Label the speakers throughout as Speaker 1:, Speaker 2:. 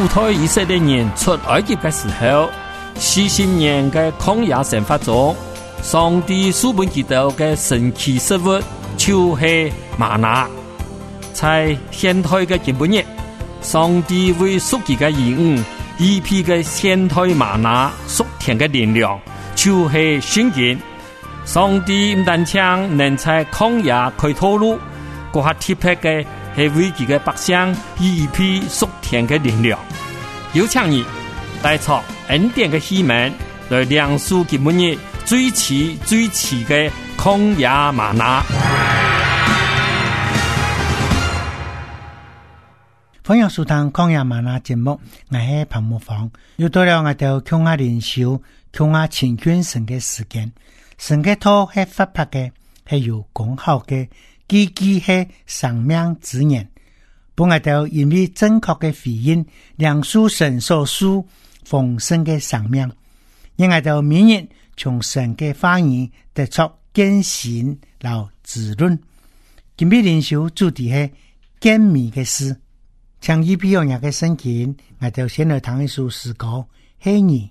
Speaker 1: 主推以色列人出埃及的时候，40年的曠野生活中，上帝赐给他們的神奇食物就是嗎哪。在現代的今日，上帝為屬佢嘅兒女預備嘅現代嗎哪屬天嘅力量，就是聖經。上帝唔單止能在曠野開道路，嗰下特別嘅係為佢嘅百姓預備屬天嘅力量。有請你帶出恩典嘅希望，來亮出今日最遲嘅曠野嗎哪。
Speaker 2: 歡迎收聽曠野嗎哪節目，我係彭木芳。又到了我哋曠野靈修、曠野親近神嘅時間。神嘅道係發拍嘅，係有功效嘅，句句係生命之言。本我哋因為正確嘅回應，亮出神所賜豐盛嘅生命，因我哋每日從神嘅話語得出堅信和滋潤。今日靈修主題係堅密嘅事。像一批用人嘅聖經，我哋先來談一首詩歌，係你。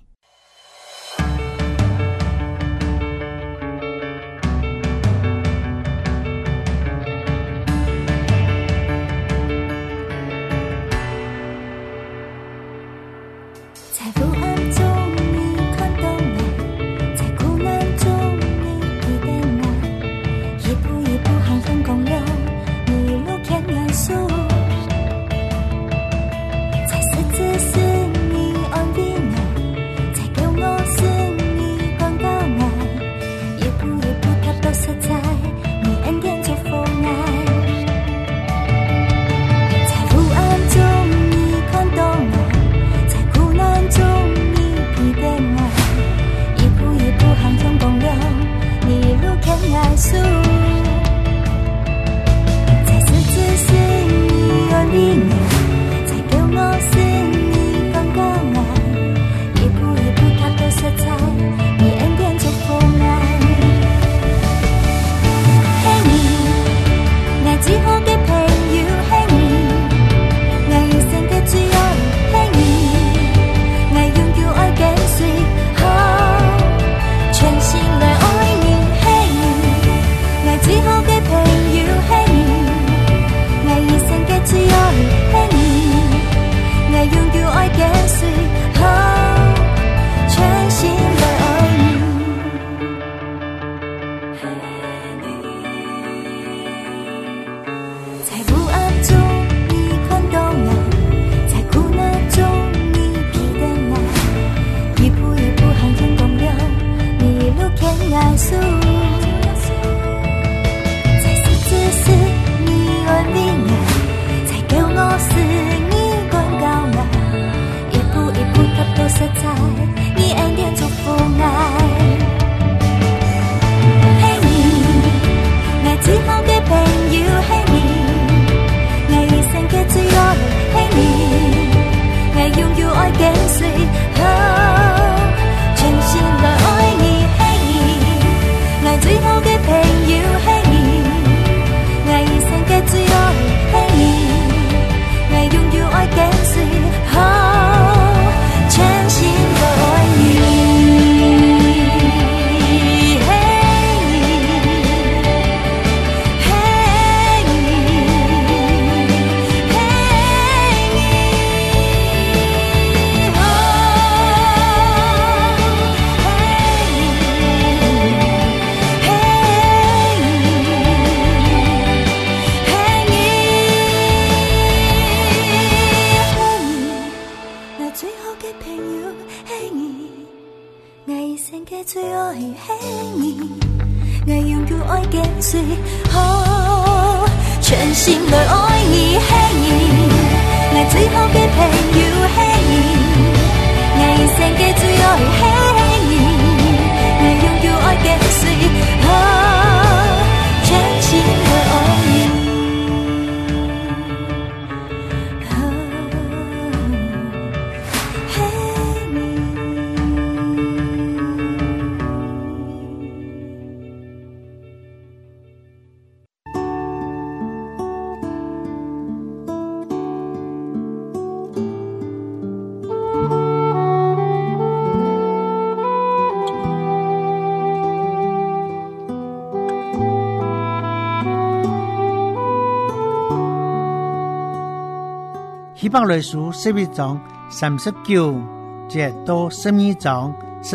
Speaker 2: 希伯來書11章39節到12章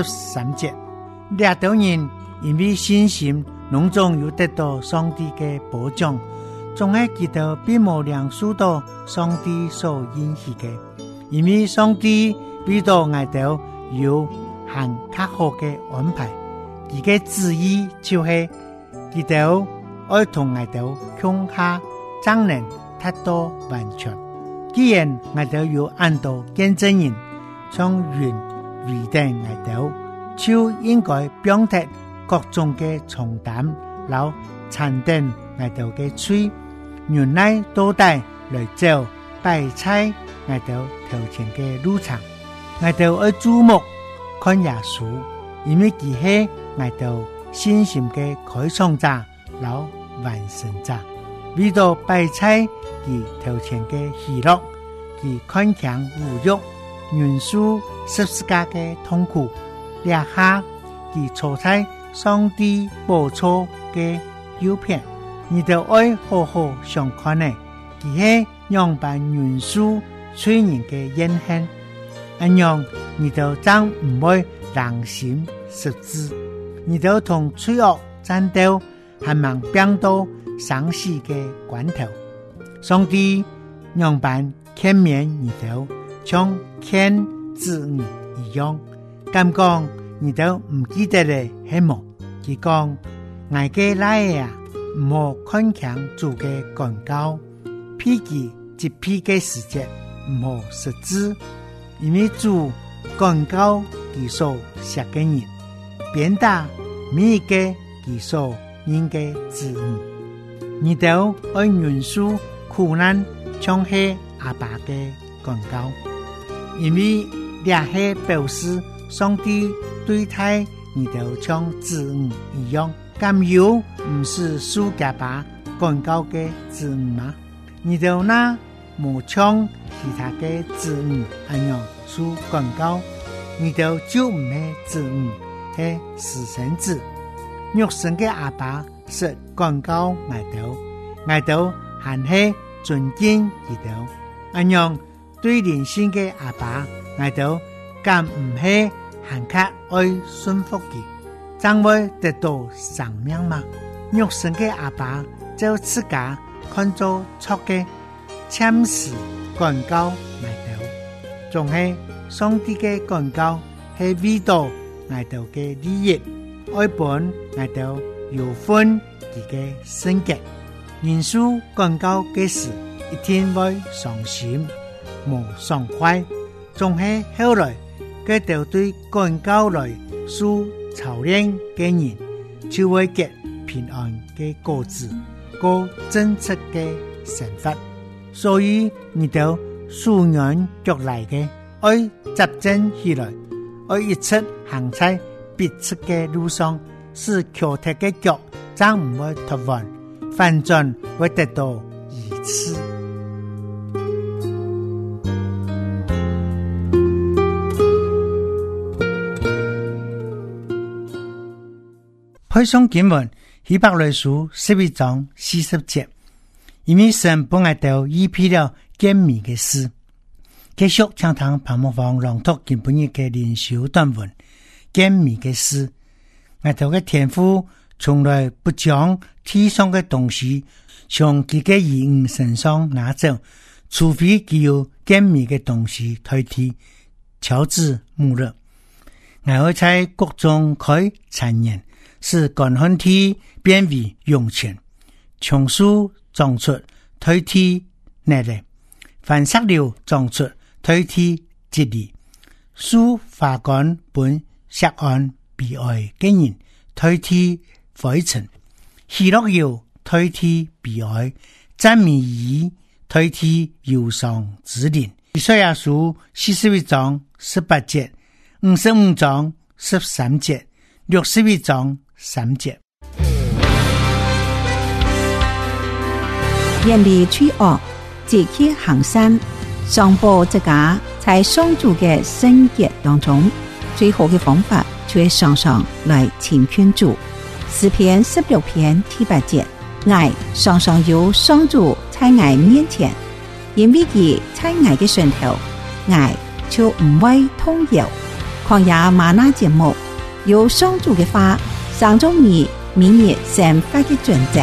Speaker 2: 13節，這等人因為信心隆重有得到上帝嘅保障，總係記得並無量數到上帝所應許嘅，因為上帝為到我哋有很較好嘅安排，佢嘅旨意就是佢哋愛同我哋向下才能達到完全。既然我哋有按到見證人將原為定我哋，就應該表達各種嘅重擔，留殘定我哋嘅罪，原來都帶來走擺在我哋頭前嘅路程。我哋愛注目看耶穌，因為佢係我哋信心嘅開創者，留完成者。為到擺在佢頭前嘅喜樂，佢堅強無辱，忍受十字架嘅痛苦，立下佢坐在上帝寶座嘅右邊。你就愛好好想看呢，佢係樣板忍受罪人嘅怨恨，咁樣你就將唔會良心失志，你就同罪惡戰鬥，還忙變到生死嘅關頭。上帝樣板勸勉你就像勸子女一樣，咁講你就唔記得咧，係冇？佢講我嘅來呀，唔好看強主嘅管教，脾氣一脾嘅時節唔好失志，因為主管教佢所寫嘅人，鞭打每一個佢所應嘅子女。你都愛忍受苦難，像係阿爸嘅管教，因為這係表示上帝對待你都像子女一樣。咁有唔是蘇家爸管教嘅子女嗎？你都那冇像其他嘅子女一樣蘇管教，你都就唔係子女，係私生子。肉身嘅阿爸是管教我都還係尊敬佢哋，一樣對靈性嘅阿爸我都更唔係很較愛順服佢，將會得到生命嗎？肉身嘅阿爸就自家看做錯嘅，暫時管教我哋，仲係上帝嘅管教係為到我哋嘅利益，愛本我哋有分佢嘅性格。人數管教嘅事，一定會傷心無爽快，仲係後來佢哋對管教來受操練嘅人，就會結平安嘅果子，過真實嘅生活。所以你哋素眼腳來嘅，愛集中起來，愛一直行在必經嘅路上，使腳踢嘅腳將唔會脫彎。反轉會得到醫治。配上經文希伯來書11章40節，因為神本來都預備了堅密嘅事。繼續請聽彭牧房朗讀今本日嘅靈修短文，堅密嘅事，我哋嘅天父從來不將地上嘅東西從佢嘅兒女身上拿走，除非佢有堅密嘅東西代替。喬治穆勒，我會在國中開產業，使乾旱地變為湧泉，松樹長出代替泥力，番石榴長出代替節理，樹花乾本石岸悲哀嘅人代替灰塵，喜樂油代替悲哀，讚美語代替憂傷之靈。以賽亞書41章18節，55章13節，61章3節。
Speaker 3: 遠離罪惡，積極行善，上報這家在上主嘅聖潔當中，最好嘅方法就係常常來親近主。詩篇16篇第8節，我常常有上主在我面前， 因為佢在愛嘅上頭，愛就唔會動搖。曠野嗎哪節目有上主嘅話，上中你每日生活嘅準則。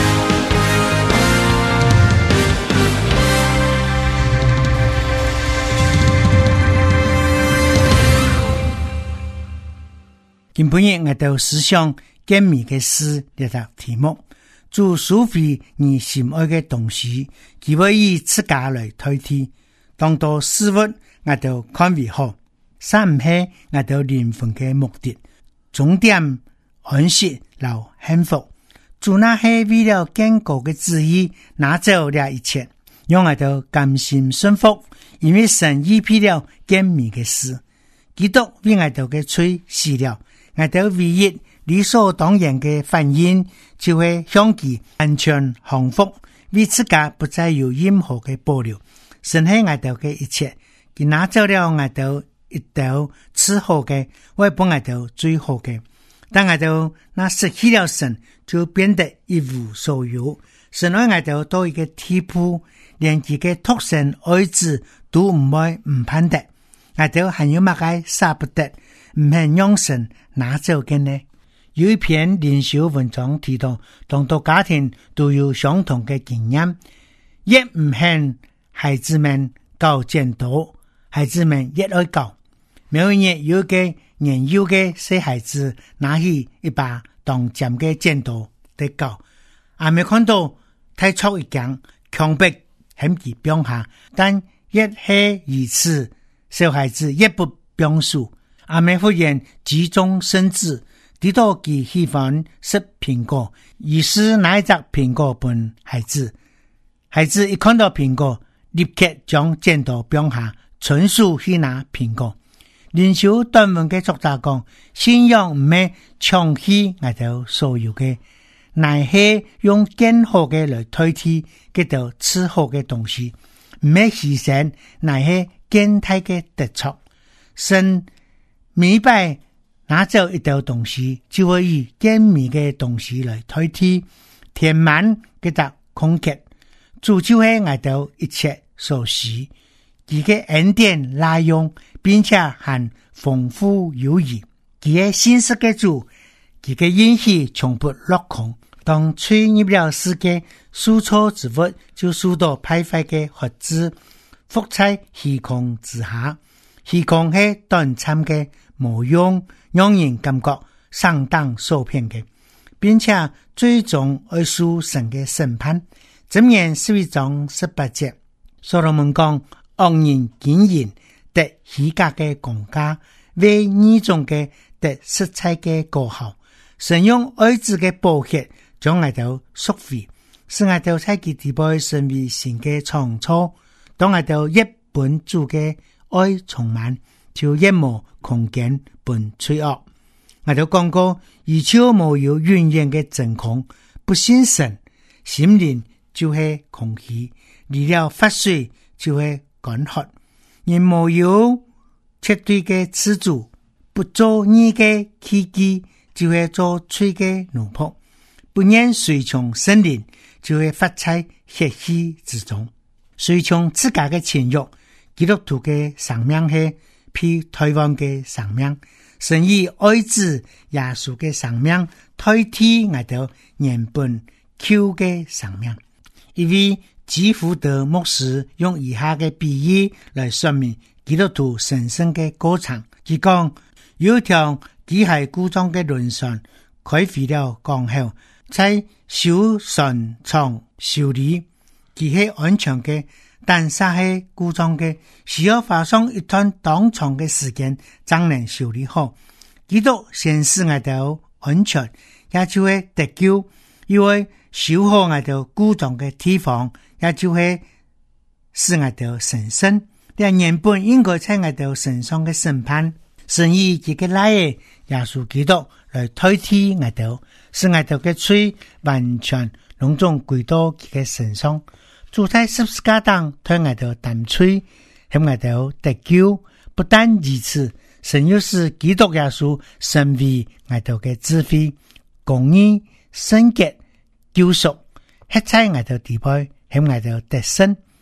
Speaker 2: 今晡日我哋思想堅密嘅詩呢個題目，主收回你心愛嘅東西，佢會以自家來代替，當到事物我哋看為好，三唔係我哋靈魂嘅目的，終點安息留幸福。主那係為了堅固嘅旨意，拿走了一切，讓我哋甘心順服，因為神預備了堅密嘅詩，基督為我哋嘅罪死了。我哋唯一理所當然嘅反應，就會向其完全降服，為自家不再有任何嘅保留。神係我哋嘅一切，佢拿走了我哋一道次好嘅，為幫我哋最好嘅。當我哋那失去了神，就變得一無所有。神愛我哋到一個地步，連佢嘅獨生愛子都唔會唔盼得，我哋還有乜嘢捨不得，唔係讓神拿走嘅呢？有一篇靈修文章提到，當到家庭都有相同嘅經驗，越唔肯孩子們搞剪刀，孩子們越愛搞。每一日有個年幼嘅小孩子拿起一把當尖嘅剪刀在搞，還沒看到太粗一講，強迫很其表下，但越係如此，小孩子越不表述。阿妹忽然急中生智，知道佢喜歡食蘋果，於是拿一隻蘋果本孩子。孩子一看到蘋果，立刻將剪刀表下，純屬去拿蘋果。靈修短文嘅作者講，信仰唔係搶去我哋所有嘅，乃係用更好嘅來代替嗰度次好嘅東西，唔係犧牲，乃係更大嘅得着。神明白拿走一道東西，就會以更美嘅東西來代替，填滿嗰笪空隙。主就係我哋一切所需，佢嘅恩典耐用，並且很豐富有餘。佢係信實嘅主，佢嘅應許從不落空。當吹入了世界，輸錯之物就輸到敗壞嘅盒子，伏在虛空之下。虛空係短暫嘅無用，讓人感覺上當受騙嘅，並且最終會受神嘅審判。箴言11章18節，所羅門講：惡人竟然得虛假嘅公價，為義中嘅得實在嘅果效。神用愛子嘅寶血將我哋贖回，使我哋在其地步成為神嘅創造。當我哋一本主嘅愛充滿，就一無空間本罪惡。我哋講過，如果沒有永遠嘅真空，不信神，心靈就係空虛，離了發水就係乾涸。人沒有絕對嘅自主，不做義嘅契機，就係做罪嘅奴僕。不願隨從聖靈，就會發在血氣之中。隨從自家嘅情慾，基督徒嘅生命係比台灣嘅生命，神以愛子耶穌嘅生命代替我哋原本舊嘅生命。因為基福德牧師用以下嘅比喻來說明基督徒神聖嘅過程。佢講，有條機械故障嘅輪船開回了港後，在修船廠修理，佢係安全嘅，但是係故障嘅，需要花上一段當長嘅時間才能修理好。基督先使我哋安全，也就會得救，因為修好我哋故障嘅地方，也就會使我哋神聖。但原本應該在我哋身上嘅審判，神以佢嘅來耶穌基督來代替我哋，使我哋嘅罪完全隆重歸到佢嘅身上。主在十字架上替我哋擔罪，使我哋得救。不但如此，神又使基督耶穌成為我哋嘅智慧、公義、聖潔、救贖，一切我哋地位，使我哋得勝。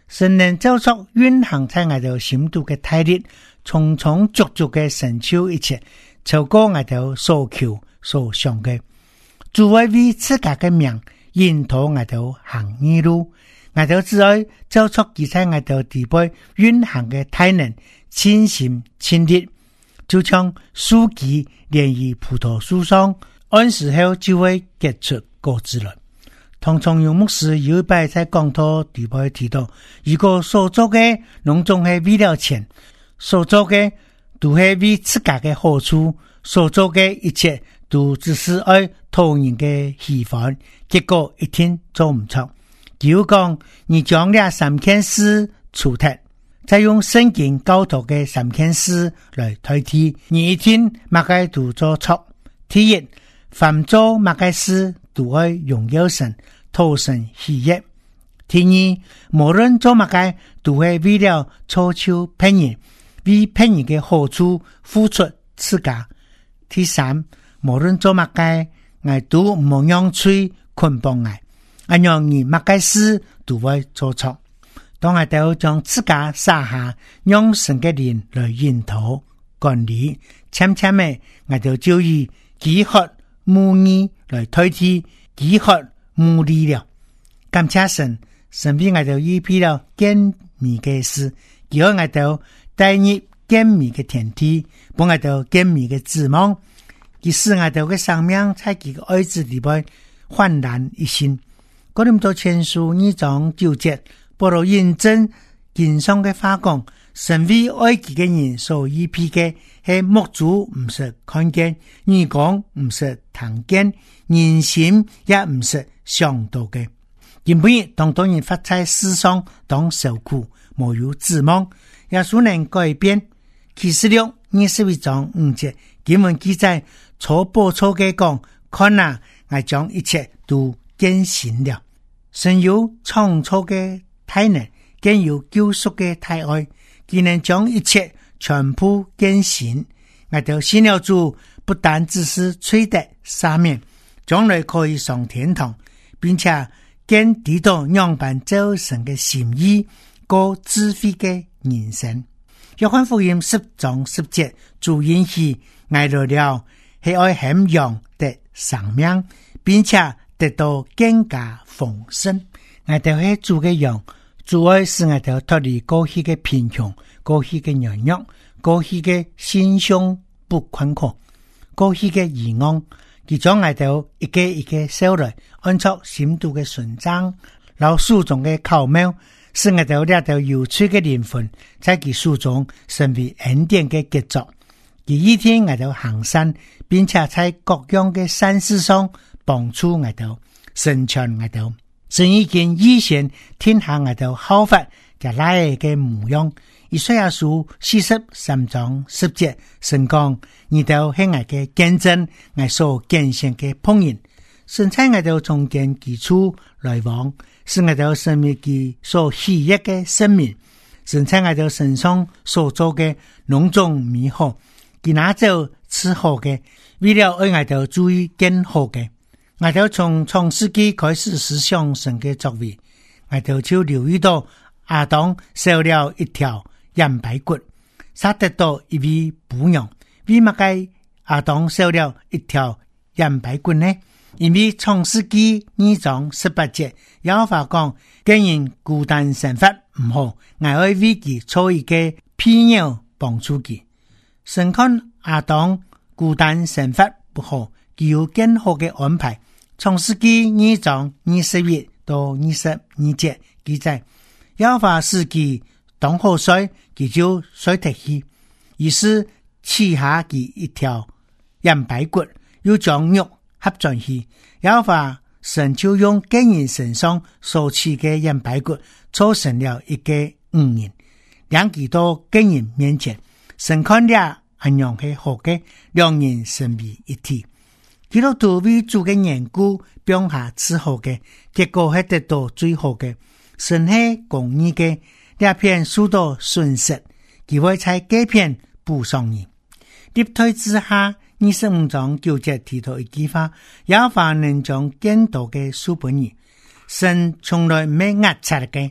Speaker 2: 神能照出蕴含在我哋心度嘅大力，重重足足嘅成就一切，超過我哋所求所想嘅。主為自家嘅名引導我哋行義路，我哋只愛照出佢在我哋地背蕴含嘅大能，親心親力，就像樹枝連於葡萄樹上，按時候就會結出果子來。唐崇榮牧師有一擺在講道地背提到，如果所做嘅攏總係為了錢，所做嘅都係為自家嘅好處，所做嘅一切都只是愛討人嘅喜歡，結果一天做唔出。就講你將呢三件事除掉，再用聖經教導嘅三件事來代替，你一天乜嘅都做錯。第一，凡做乜嘅事都愛榮耀神，討神喜悅。第二，無論做乜嘅都會為了造就別人，為別人嘅好處付出自家。第三，無論做乜嘅，我都唔讓嘴捆綁我，讓你乜嘅事都會做錯。當我哋將自家撒下，讓神嘅靈來引導管理，漸漸嘅我哋就以飢渴慕義來代替飢渴慕利了。感謝神，神俾我哋預備了堅密嘅事，叫我哋帶入堅密嘅天地，幫我哋堅密嘅指望，佢使我哋嘅生命在佢嘅愛子裏邊煥然一新。哥林多前書2章9節，保羅認真經上嘅話講，神為愛佢嘅人所預備嘅係目珠唔是看見，耳光唔是聽見，人心也唔是想到嘅。原本當多人發在世上當受苦，沒有指望，耶穌能改變。啟示錄21章5節，經文記載，錯報錯嘅講，看啊，我將一切都更新了。神有創造嘅大能，更有救贖嘅大愛，佢能將一切全部更新。我哋信了主，不單只是取得赦免，將來可以上天堂，並且更得到樣板照神嘅心意，過智慧嘅人生。約翰福音10章10節，主允許我來了，係愛顯揚的生命，並且得到更加豐盛。我哋係主嘅羊，主愛使我哋脫離過去嘅貧窮，過去嘅軟弱，過去嘅心胸不寬闊，過去嘅遺忘，佢將我哋一個一個收來，安出深度嘅純真，老樹中嘅巧妙，使我哋呢條有趣嘅靈魂，在佢樹中成為恩典嘅傑作。佢一天我哋行善，並且在各樣嘅善事上幫助我哋，成全我哋。神已經預先天下我哋好法嘅來嘅模樣。以賽亞書43章10節，神講：你哋係我嘅見證，我所見證嘅僕人。神在我哋中間基礎來往，是我哋生命嘅所喜悅嘅生命。神在我哋身上所做嘅種種美好，佢拿走次好嘅，為了愛我哋注意更好嘅。我哋從創世紀開始思想神嘅作為，我哋就留意到亞當受了一條羊排骨，他得到一位補養。為乜嘅亞當受了一條羊排骨呢？因為創世紀2章18節，耶和華講：既然孤單生活唔好，我愛為佢做一個配偶幫助佢。神看亞當孤單生活不好，佢有更好嘅安排。創世紀2章21到22節記載，耶和華使佢當好水，佢就水脱去，於是取下佢一條羊排骨，又將肉合在去。耶和華神就用個人身上所取嘅羊排骨，做成了一個五人，兩佢到個人面前，神看了很樣係好嘅，兩人成為一體。基督徒為主嘅緣故，表下伺候嘅結果係得到最好嘅。神係公義嘅，這片受到損失，佢會在這片補償你。立推之下，25章9節提到一句話：耶和華能將更多嘅書本兒，神從來沒壓察嘅，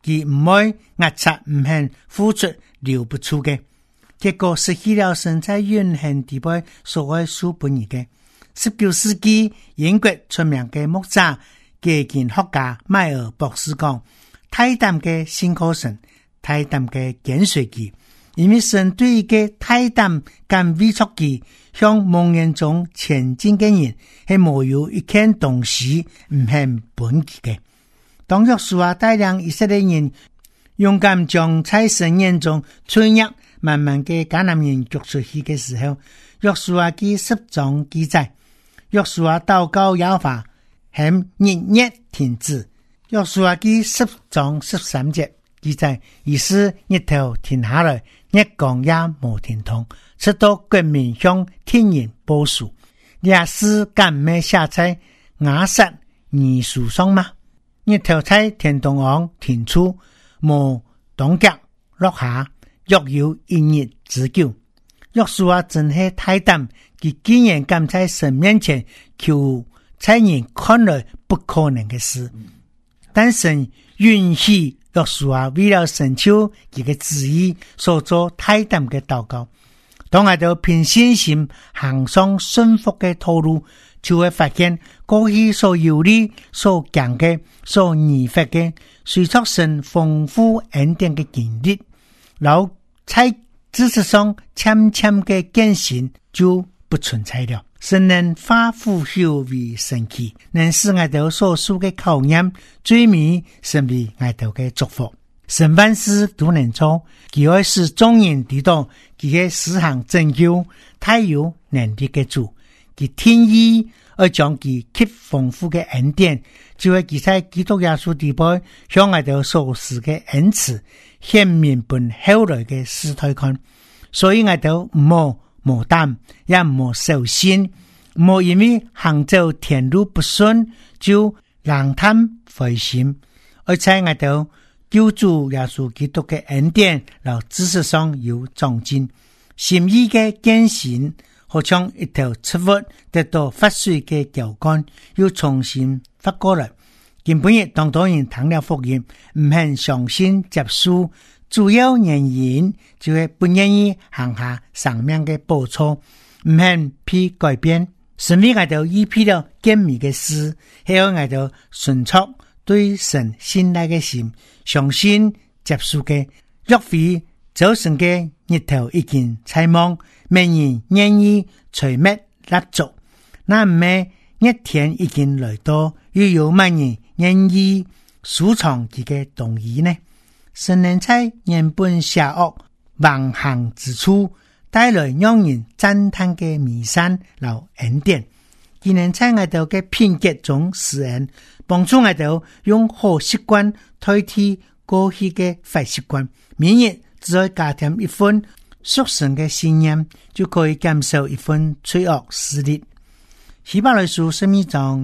Speaker 2: 佢唔會壓榨唔肯付出留不出嘅，結果失去了神在永恆地位所愛書本兒嘅。19世紀英國出名嘅牧者基建學家邁爾博士講，大膽嘅信靠神，大膽嘅跟隨佢，因為神對嘅大膽敢委託佢向夢魘中前進嘅人係冇有一件東西唔肯本佢嘅。當約書亞帶領以色列人勇敢將在神眼中脆弱慢慢嘅迦南人逐出去嘅時候，約書亞記10章記載，約書亞禱告耶和華，向日月停止。約書亞記10章13節記載，於是日頭停下來，日光也無停通，直到國民向天人報數。這是敢咩寫在亞實珥書上嗎？日頭在天東昂停出，無當腳落下，約有一日之久。約書亞真係大膽，佢竟然敢在神面前求在人看來不可能的事，但神允許約書亞為了成就佢嘅旨意所做大膽嘅禱告。當我哋憑信心行上順服嘅道路，就會發現過去所有力、所講嘅、所疑惑嘅，隨着神豐富恩典嘅經歷，然後在知識上淺淺嘅見信就不存在了。神能化腐朽為神奇，能使我哋所受嘅考驗最美成為我哋嘅祝福。神萬事都能做，佢愛使眾人知道佢嘅施行拯救太有能力嘅主，佢天意而將佢極豐富嘅恩典，就係佢在基督耶穌地位向我哋所施嘅恩賜顯明本後來嘅世代看，所以我哋唔好無膽，也唔好受心，唔好因為行走天路不順就冷淡灰心，而且我哋救主耶穌基督嘅恩典，然後知識上有長進，心意嘅堅信，好像一條出物得到發水嘅澆灌，又重新發過來。根本亦當多人聽了福音，唔肯相信接受，主要原因就係不願意行下生命嘅步驟，唔肯去改變。神為我哋預備了堅密嘅事，希望我哋順從對神信賴嘅心，相信接受嘅，若非早晨嘅日頭已經採望，沒人願意隨滅蠟燭，那唔係一天已經來到，又有乜人願意收藏佢嘅同意呢？神能在原本邪惡橫行之處帶來讓人讚嘆嘅彌散和恩典，佢能在我哋嘅品格中施恩，幫助我哋用好習慣代替過去嘅壞習慣，每日只要加添一份屬神嘅信念，就可以減少一份罪惡勢力。希伯來書12章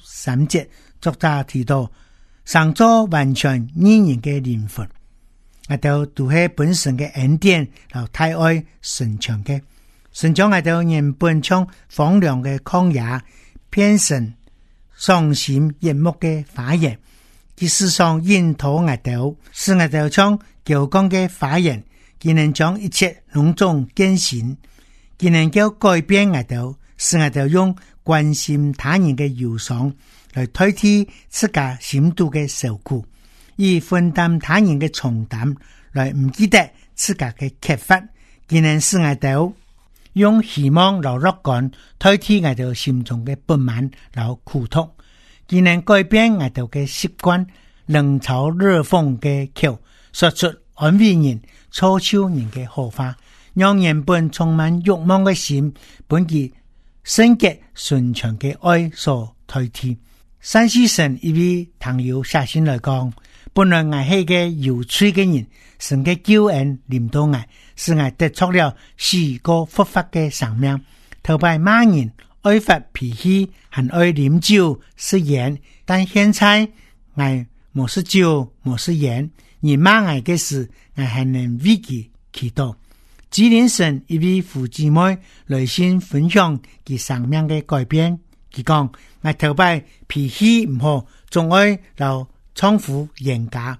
Speaker 2: 23節作者提到，上主完全義人嘅靈魂，我哋都係本身嘅恩典，然後太愛神長嘅，神將我哋原本從荒涼嘅曠野變成賞心悅目嘅花園，佢時常引導我哋，使我哋從驕傲嘅花園，佢能將一切隆重更新，佢能夠改變我哋，使我哋用關心他人嘅憂傷來代替自家深度嘅受苦，以分擔他人嘅重擔來唔記得自家嘅缺乏，佢能使我哋用希望和樂觀代替我哋心中嘅不滿和苦痛，佢能改變我哋嘅習慣，冷嘲熱諷嘅口，說出安慰人、操守人嘅好話，讓原本充滿慾望嘅心，本其聖潔順暢嘅愛所代替。山西省一位朋友寫信來講，本來我係個有趣嘅人，神嘅救恩臨到我，使我得出了4個復發嘅生命。頭擺罵人、愛發脾氣，還愛飲酒食煙，但現在我沒是酒，沒是煙，而罵我嘅事，我還能為佢祈禱。吉林省一位父姊妹來信分享佢生命嘅改變，佢講我頭擺脾氣唔好，仲愛留倉庫嚴格，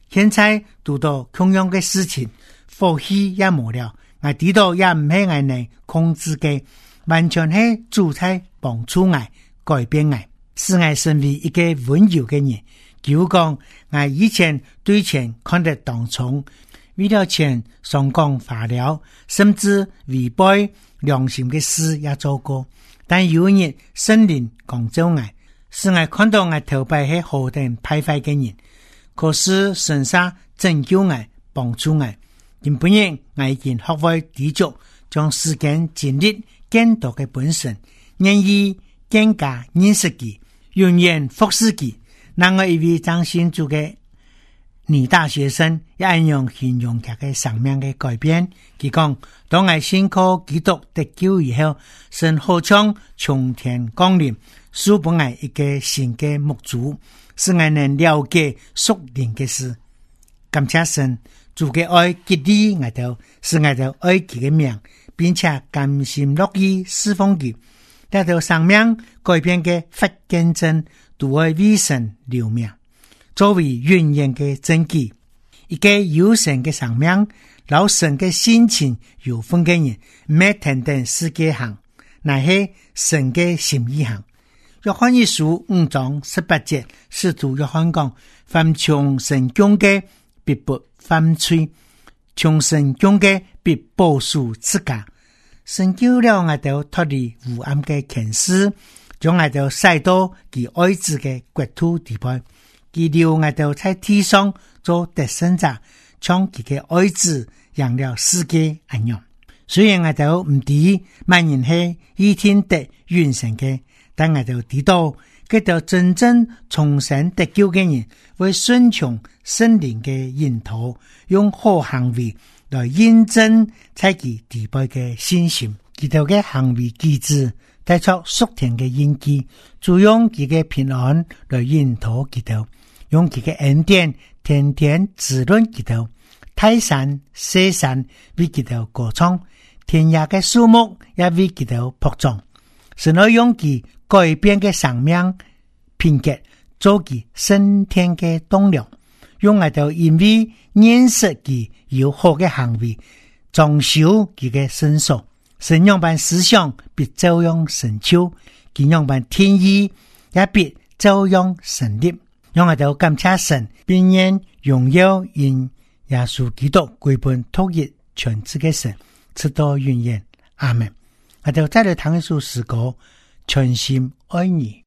Speaker 2: 现在遇到同样的事情，福气也没了，我知道也唔係我能控制嘅，完全係主在幫助我改變我，使我成為一個溫柔嘅人。就講我以前對錢看得當重，為了錢上綱化了，甚至違背良心嘅事也做過。但有日聖靈講咗我，使我看到我頭擺係何等敗壞嘅人，可是神煞拯救我，幫助我。原本我已經學會知足，將時間精力見到嘅本身，願意更加認識佢，永遠服侍佢。那我一位張信主嘅女大學生也按樣形容佢嘅生命嘅改變。佢講，當我信靠基督得救以後，神好像從天降臨，賜俾我一個新嘅目珠，使我能了解屬靈嘅事。感謝神，主嘅愛激勵我哋，使我哋愛佢嘅名，並且甘心樂意侍奉佢。得到生命改變嘅發見證，都會為神留名，作為永遠嘅證據。一個有神嘅生命，老神嘅心情有分嘅人，唔係停停世界行，乃係神嘅心意行。約翰一書5章18節，使徒約翰講：凡從神降嘅，必不犯罪；從神降嘅，必保守自家。神救了我哋脫離黑暗嘅權勢，將我哋帶到其愛子嘅國土地步。佢留我哋在地上做得勝者，將佢嘅愛子贏了世界一樣。雖然我哋唔知萬人係一天得永生嘅，但我哋知道佢哋真正從神得救嘅人，會順從聖靈嘅引導，用好行為來驗證在其地步嘅信心。佢哋嘅行為機制帶出屬天嘅印記，就用佢嘅平安來引導佢哋，用佢嘅恩典天天滋潤佢哋，泰山西山為佢哋歌唱，天涯嘅樹木也為佢哋播種。神要用佢改變嘅生命品格做佢升天嘅動力，用我哋因為認識佢有好嘅行為，裝修佢嘅身手。神樣般思想必照樣成就，佢樣般天意也必照樣成立。讓我哋感謝神，並願榮耀因耶穌基督歸本獨一全知嘅神，直到永遠。阿們。我哋再來談一首詩歌，全心愛你。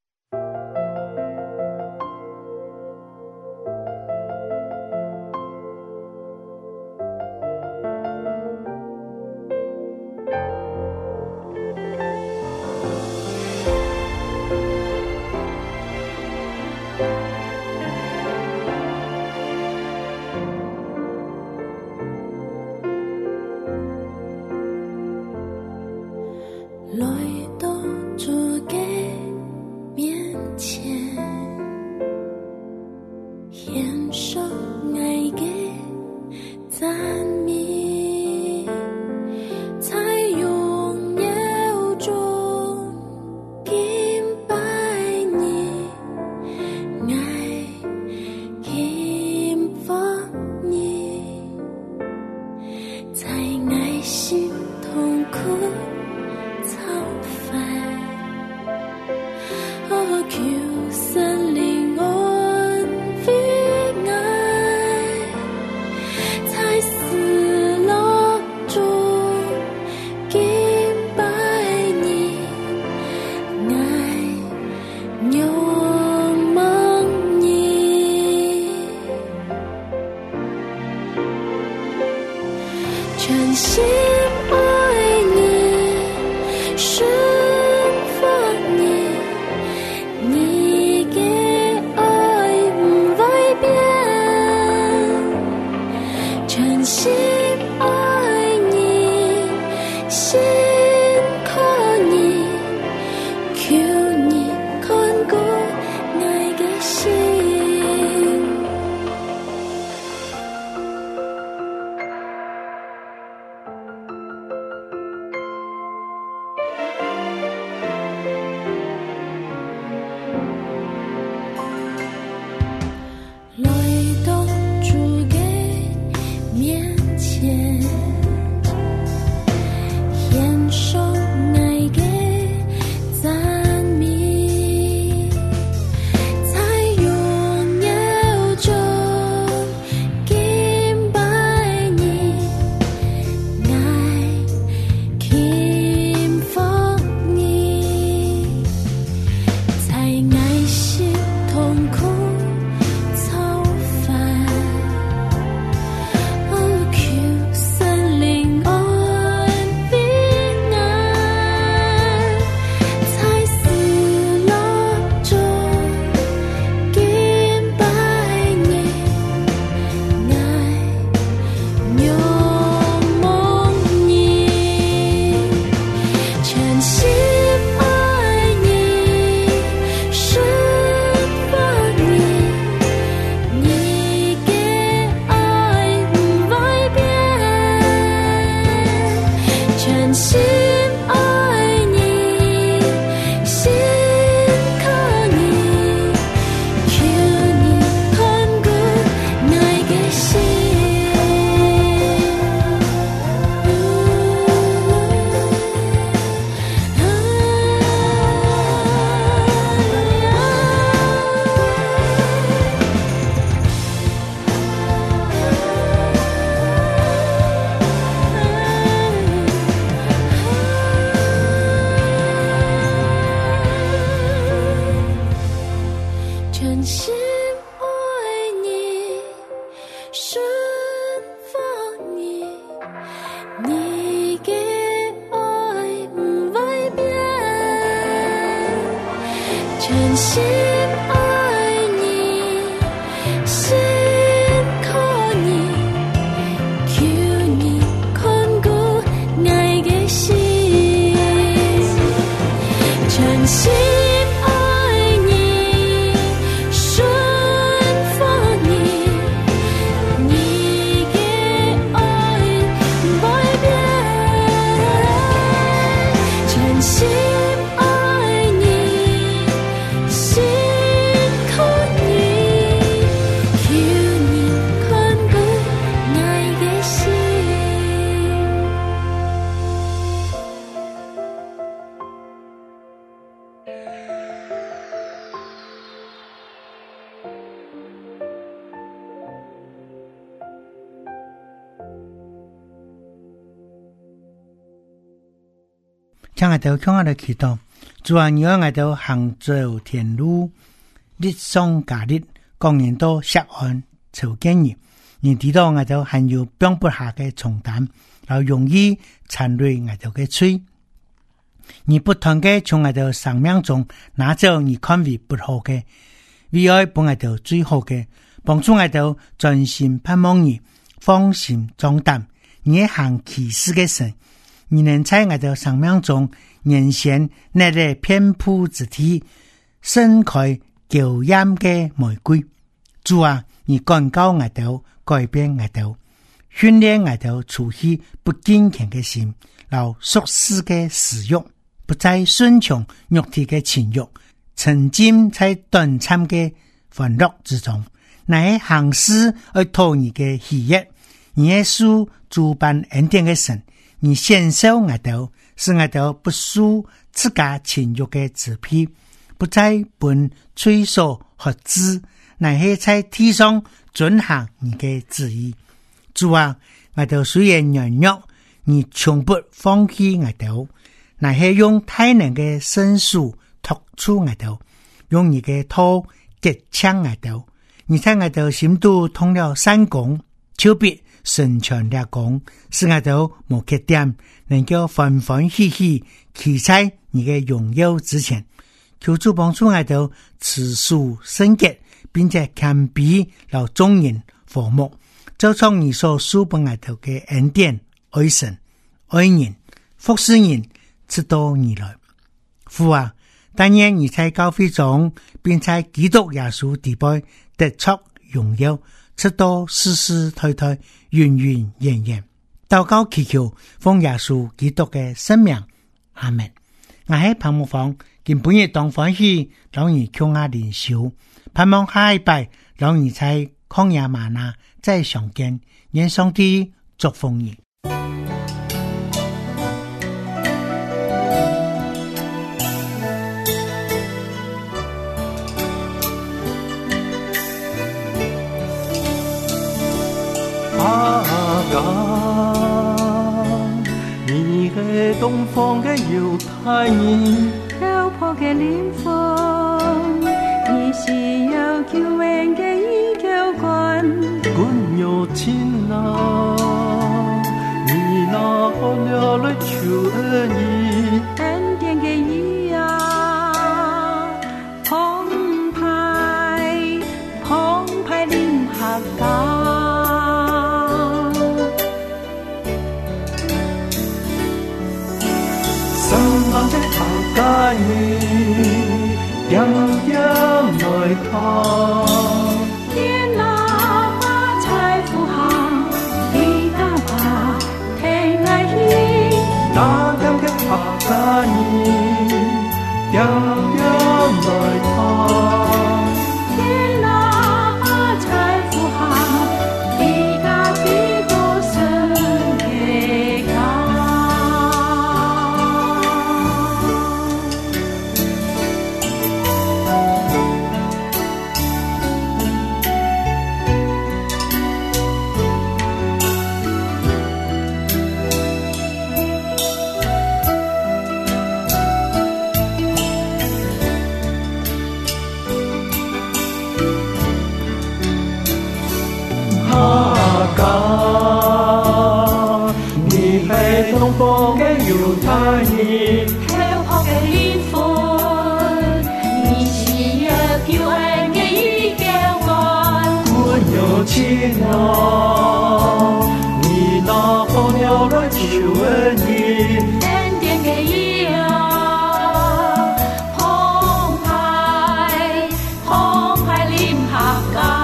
Speaker 4: 來到主嘅真心爱你，顺服你，你的爱不会变，真心爱你，心靠你，求你看顾我的心，真心爱你，顺服你，你的爱不会变，真心爱你，心靠你，求你看顾我的心。
Speaker 2: 请我哋向我哋祈禱，主啊，你要我哋行走天路，日上加日，光年到錫安朝見你。你知道我哋還有放不下嘅重擔，然後容易纏累我哋嘅罪。你不斷嘅從我哋生命中拿走你看為不好嘅，為愛幫我哋最好嘅，幫助我哋專心盼望你，放心壯膽，你行奇事嘅神。你能在我的生命中顯現那個遍佈之地，盛開嬌豔的玫瑰。主啊，你趕教我哋，改變我哋，訓練我哋除去不堅強的心，然後屬世的私欲，不再順從肉體的情欲，沉浸在短暫的歡樂之中，乃行事而討你的喜悅。耶穌主辦恩典的神，你享受我哋，使我哋不輸自家情欲嘅自卑，不再本吹所學知，乃係在地上遵行你嘅旨意。主啊，我哋雖然軟弱，你從不放棄我哋，乃係用大能嘅伸手托住我哋，用你嘅頭擊槍我哋。你在我哋心度通了山工，就必順全了工，使我哋無缺點，能夠歡歡喜喜企在你嘅榮耀之前。求主幫助我哋持守聖潔，並且謙卑老眾人和睦，就從你所賜俾我哋嘅恩典，愛神愛人服侍人，直到你來。父啊，但願你在教會中，並在基督耶穌地位得出榮耀，直到世世代代永永遠遠。禱告祈求奉耶穌基督嘅聖名，阿們。我喺彭木房見本日當歡喜，讓你共我靈修，盼望下一拜，讓你在曠野嗎哪再相見。願上帝祝福你。
Speaker 5: 你係東方嘅猶太人，
Speaker 4: 漂泊嘅靈魂，你是有救恩嘅依靠冠，
Speaker 5: 管有情啊，你那好了來求恩義，
Speaker 4: 恩典嘅義啊，澎湃臨下港。
Speaker 5: 愛你點點來看，
Speaker 4: 天哪把財富行，你打把天愛意，
Speaker 5: 那點嘅客家你點點來看，
Speaker 4: 天哪把財富行，你打比多神嘅港。
Speaker 5: 哈嘎，你係東方嘅猶太人，
Speaker 4: 跳撲嘅靈魂，你是要救恩嘅依教官，
Speaker 5: 歡有親啊，你那朋友來求恩義，
Speaker 4: 恩典嘅依啊，澎湃臨下家。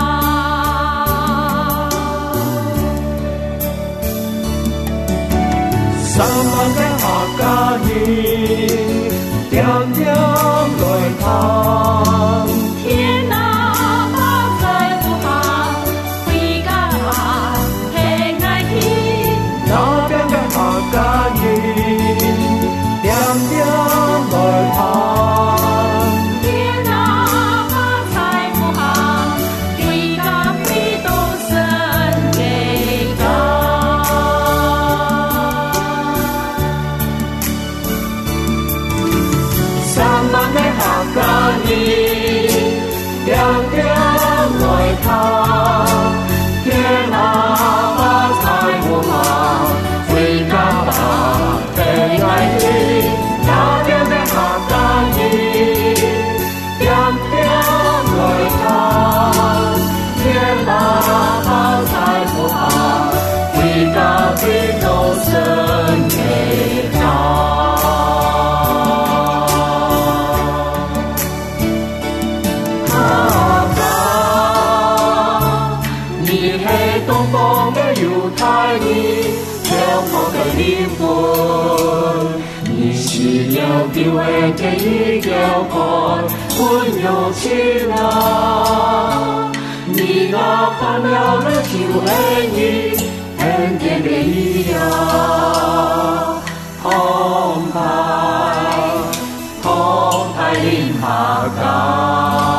Speaker 5: 三萬嘅客家人，點點來談。
Speaker 4: 天啊，不再不下，回家平安天。
Speaker 5: 那邊嘅客家人，點點來談。
Speaker 4: 天啊，不再不下，回家回到神嘅家。
Speaker 5: 三萬嘅客家人，點點來談。天啊，不再不下，回家吧，平安天。那邊嘅客家人，點點來談。天啊，不再不下，回家回到神嘅家。東方嘅猶太人，跳撲嘅靈魂，你是要救恩嘅依教官，歡有親啊，你那盼了了救恩義，恩典嘅義啊，澎湃臨下家。